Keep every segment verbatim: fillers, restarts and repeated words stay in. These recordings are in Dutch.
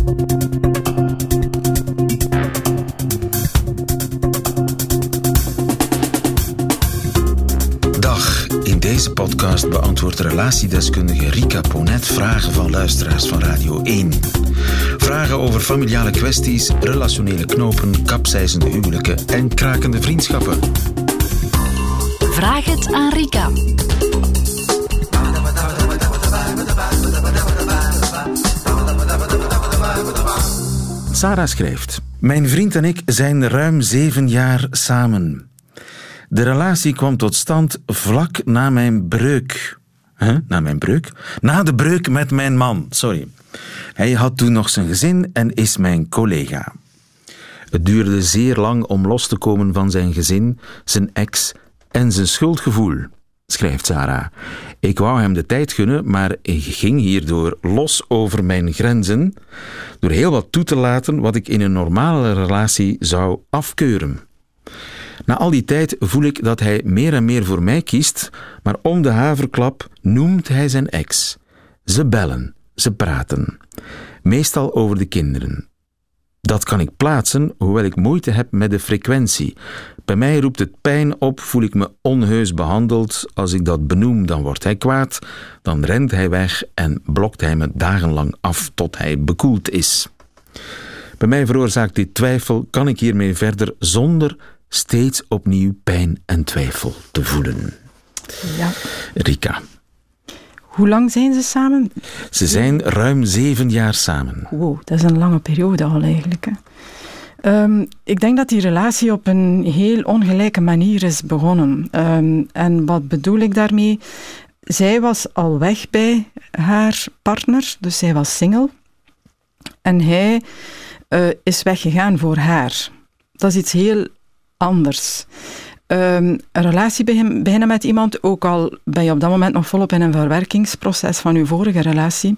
Dag, in deze podcast beantwoordt relatiedeskundige Rika Ponet vragen van luisteraars van Radio één. Vragen over familiale kwesties, relationele knopen, kapseizende huwelijken en krakende vriendschappen. Vraag het aan Rika. Sarah schrijft: Mijn vriend en ik zijn ruim zeven jaar samen. De relatie kwam tot stand vlak na mijn breuk. Huh? Na mijn breuk? Na de breuk met mijn man, sorry. Hij had toen nog zijn gezin en is mijn collega. Het duurde zeer lang om los te komen van zijn gezin, zijn ex en zijn schuldgevoel, schrijft Sarah. Ik wou hem de tijd gunnen, maar ik ging hierdoor los over mijn grenzen, door heel wat toe te laten wat ik in een normale relatie zou afkeuren. Na al die tijd voel ik dat hij meer en meer voor mij kiest, maar om de haverklap noemt hij zijn ex. Ze bellen, ze praten. Meestal over de kinderen. Dat kan ik plaatsen, hoewel ik moeite heb met de frequentie. Bij mij roept het pijn op, voel ik me onheus behandeld. Als ik dat benoem, dan wordt hij kwaad. Dan rent hij weg en blokt hij me dagenlang af tot hij bekoeld is. Bij mij veroorzaakt dit twijfel, kan ik hiermee verder zonder steeds opnieuw pijn en twijfel te voelen. Ja. Rika. Hoe lang zijn ze samen? Ze zijn ruim zeven jaar samen. Wow, dat is een lange periode al eigenlijk. Hè. Um, ik denk dat die relatie op een heel ongelijke manier is begonnen. Um, en wat bedoel ik daarmee? Zij was al weg bij haar partner, dus zij was single. En hij uh, is weggegaan voor haar. Dat is iets heel anders. Um, een relatie beginnen met iemand, ook al ben je op dat moment nog volop in een verwerkingsproces van je vorige relatie.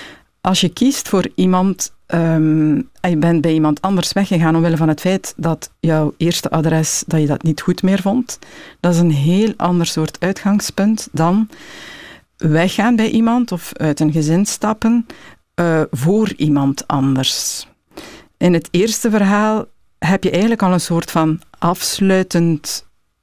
Als je kiest voor iemand um, en je bent bij iemand anders weggegaan omwille van het feit dat jouw eerste adres, dat je dat niet goed meer vond, dat is een heel ander soort uitgangspunt dan weggaan bij iemand of uit een gezin stappen uh, voor iemand anders. In het eerste verhaal heb je eigenlijk al een soort van afsluitend,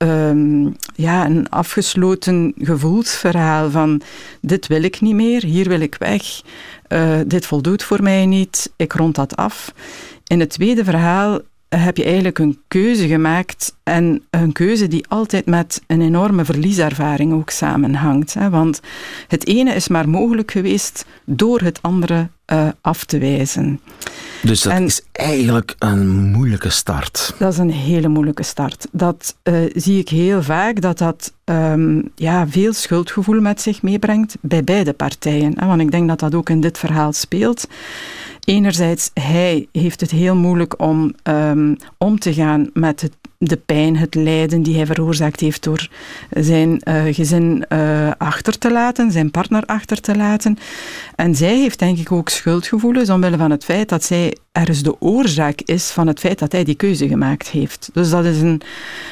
um, ja, een afgesloten gevoelsverhaal van dit wil ik niet meer, hier wil ik weg, uh, dit voldoet voor mij niet, ik rond dat af. In het tweede verhaal heb je eigenlijk een keuze gemaakt en een keuze die altijd met een enorme verlieservaring ook samenhangt. Hè? Want het ene is maar mogelijk geweest door het andere uh, af te wijzen. Dus dat en, is eigenlijk een moeilijke start. Dat is een hele moeilijke start. Dat uh, zie ik heel vaak, dat dat um, ja, veel schuldgevoel met zich meebrengt bij beide partijen. Hè? Want ik denk dat dat ook in dit verhaal speelt. Enerzijds, hij heeft het heel moeilijk om um, om te gaan met het, de pijn, het lijden die hij veroorzaakt heeft door zijn uh, gezin uh, achter te laten, zijn partner achter te laten. En zij heeft denk ik ook schuldgevoelens omwille van het feit dat zij ergens de oorzaak is van het feit dat hij die keuze gemaakt heeft. Dus dat is een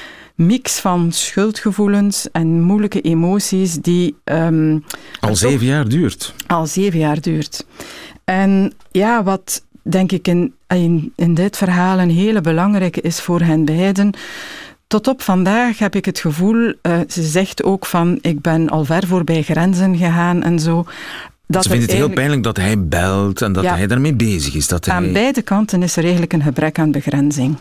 mix van schuldgevoelens en moeilijke emoties die Um, al zeven jaar duurt. Al zeven jaar duurt. En ja, wat denk ik in, in, in dit verhaal een hele belangrijke is voor hen beiden. Tot op vandaag heb ik het gevoel, uh, ze zegt ook van ik ben al ver voorbij grenzen gegaan en zo. Dat ze vindt het heel pijnlijk dat hij belt en dat ja, hij daarmee bezig is. Dat aan hij... beide kanten is er eigenlijk een gebrek aan begrenzing.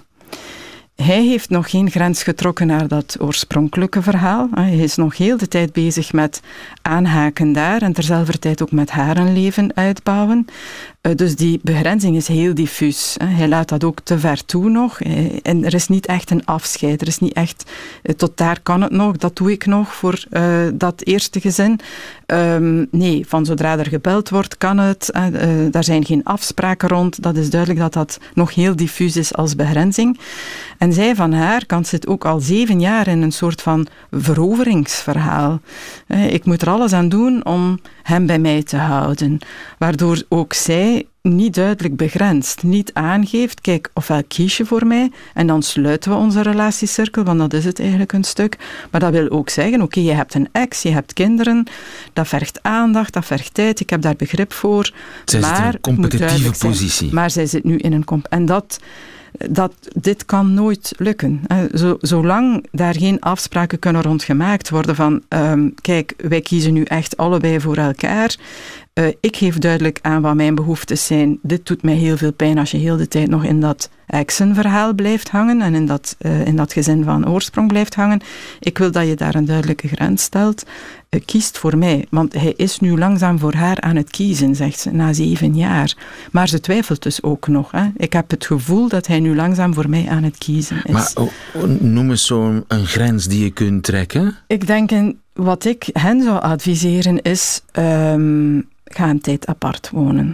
Hij heeft nog geen grens getrokken naar dat oorspronkelijke verhaal. Hij is nog heel de tijd bezig met aanhaken daar en terzelfde tijd ook met haar een leven uitbouwen. Dus die begrenzing is heel diffuus. Hij laat dat ook te ver toe nog. En er is niet echt een afscheid. Er is niet echt, tot daar kan het nog, dat doe ik nog voor uh, dat eerste gezin. Um, nee, van zodra er gebeld wordt, kan het. Uh, daar zijn geen afspraken rond. Dat is duidelijk dat dat nog heel diffuus is als begrenzing. En zij van haar kant zit ook al zeven jaar in een soort van veroveringsverhaal. Uh, ik moet er alles aan doen om hem bij mij te houden. Waardoor ook zij niet duidelijk begrenst, niet aangeeft, kijk, ofwel kies je voor mij en dan sluiten we onze relatiecirkel, want dat is het eigenlijk een stuk. Maar dat wil ook zeggen, oké, okay, je hebt een ex, je hebt kinderen, dat vergt aandacht, dat vergt tijd, ik heb daar begrip voor. Zij maar zit in een competitieve positie. Zijn, maar zij zit nu in een... Comp- en dat... Dat, dit kan nooit lukken. Zo, zolang daar geen afspraken kunnen rond gemaakt worden van um, kijk, wij kiezen nu echt allebei voor elkaar. Uh, ik geef duidelijk aan wat mijn behoeftes zijn. Dit doet mij heel veel pijn als je heel de tijd nog in dat exenverhaal blijft hangen en in dat, uh, in dat gezin van oorsprong blijft hangen. Ik wil dat je daar een duidelijke grens stelt. Uh, kiest voor mij, want hij is nu langzaam voor haar aan het kiezen, zegt ze, na zeven jaar. Maar ze twijfelt dus ook nog. Hè. Ik heb het gevoel dat hij nu langzaam voor mij aan het kiezen is. Maar oh, noem eens zo'n een grens die je kunt trekken. Ik denk, in, wat ik hen zou adviseren is, um, ga een tijd apart wonen.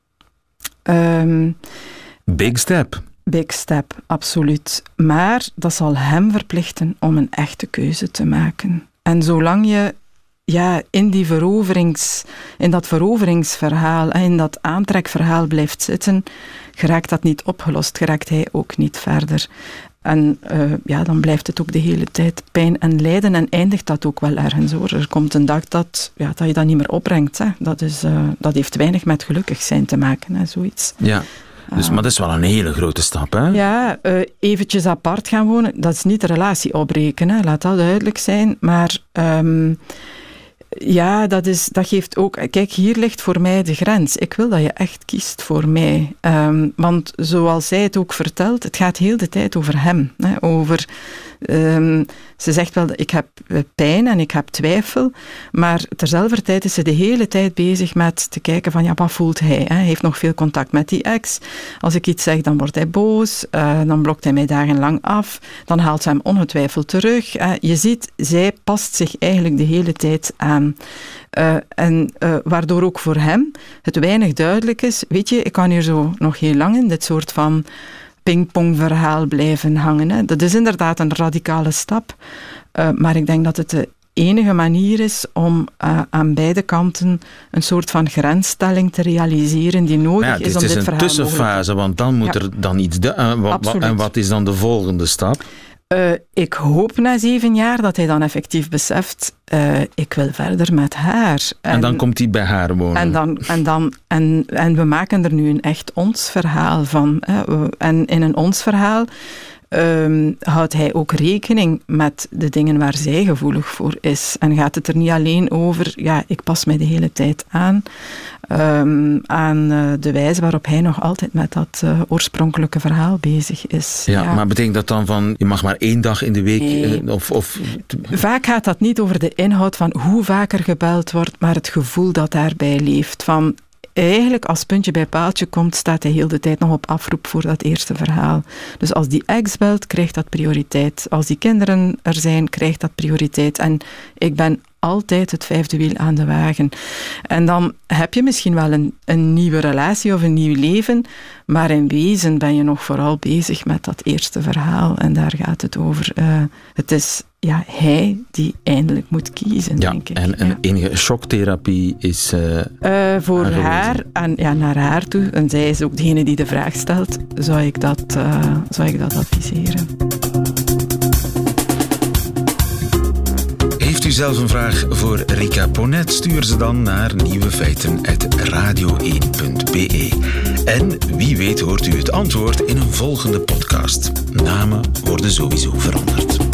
Um, Big step. Big step, absoluut. Maar dat zal hem verplichten om een echte keuze te maken. En zolang je ja, in, die veroverings, in dat veroveringsverhaal, in dat aantrekverhaal blijft zitten, geraakt dat niet opgelost, geraakt hij ook niet verder. En uh, ja, dan blijft het ook de hele tijd pijn en lijden en eindigt dat ook wel ergens hoor. Er komt een dag dat, ja, dat je dat niet meer opbrengt. Hè. Dat, is, uh, dat heeft weinig met gelukkig zijn te maken, hè, zoiets. Ja. Dus, maar dat is wel een hele grote stap, hè? Ja, uh, eventjes apart gaan wonen, dat is niet de relatie opbreken, hè. Laat dat duidelijk zijn. Maar um, ja, dat, is, dat geeft ook... Kijk, hier ligt voor mij de grens. Ik wil dat je echt kiest voor mij. Um, want zoals zij het ook vertelt, het gaat heel de tijd over hem. Hè, over... Um, ze zegt wel, ik heb pijn en ik heb twijfel, maar terzelfde tijd is ze de hele tijd bezig met te kijken van, ja, wat voelt hij? Hè? Hij heeft nog veel contact met die ex. Als ik iets zeg, dan wordt hij boos, uh, dan blokt hij mij dagenlang af, dan haalt ze hem ongetwijfeld terug. Uh, je ziet, zij past zich eigenlijk de hele tijd aan. Uh, en uh, waardoor ook voor hem het weinig duidelijk is, weet je, ik kan hier zo nog heel lang in dit soort van pingpongverhaal blijven hangen. Hè. Dat is inderdaad een radicale stap, uh, maar ik denk dat het de enige manier is om uh, aan beide kanten een soort van grensstelling te realiseren die nodig ja, is om dit verhaal mogelijk te maken. Het is een tussenfase, want dan moet ja. er dan iets... De, uh, wa, wa, en wat is dan de volgende stap? Uh, ik hoop na zeven jaar dat hij dan effectief beseft, uh, ik wil verder met haar. En, en dan komt hij bij haar wonen. En, dan, en, dan, en, en we maken er nu een echt ons verhaal van. Hè. En in een ons verhaal um, houdt hij ook rekening met de dingen waar zij gevoelig voor is. En gaat het er niet alleen over, ja, ik pas mij de hele tijd aan, um, aan uh, de wijze waarop hij nog altijd met dat uh, oorspronkelijke verhaal bezig is. Ja, ja, maar betekent dat dan van, je mag maar één dag in de week... Nee. Uh, of, of... Vaak gaat dat niet over de inhoud van hoe vaker gebeld wordt, maar het gevoel dat daarbij leeft. Van, eigenlijk als puntje bij paaltje komt, staat hij heel de tijd nog op afroep voor dat eerste verhaal. Dus als die ex belt, krijgt dat prioriteit. Als die kinderen er zijn, krijgt dat prioriteit. En ik ben altijd het vijfde wiel aan de wagen. En dan heb je misschien wel een, een nieuwe relatie of een nieuw leven, maar in wezen ben je nog vooral bezig met dat eerste verhaal. En daar gaat het over. Uh, het is ja, hij die eindelijk moet kiezen, ja, denk ik. En, en ja. enige shocktherapie is uh, uh, Voor aangewezen. haar, en ja, naar haar toe, en zij is ook degene die de vraag stelt, zou ik dat, uh, zou ik dat adviseren. Heeft u zelf een vraag voor Rika Ponet? Stuur ze dan naar nieuwefeiten apenstaartje radio één punt b e. En wie weet hoort u het antwoord in een volgende podcast. Namen worden sowieso veranderd.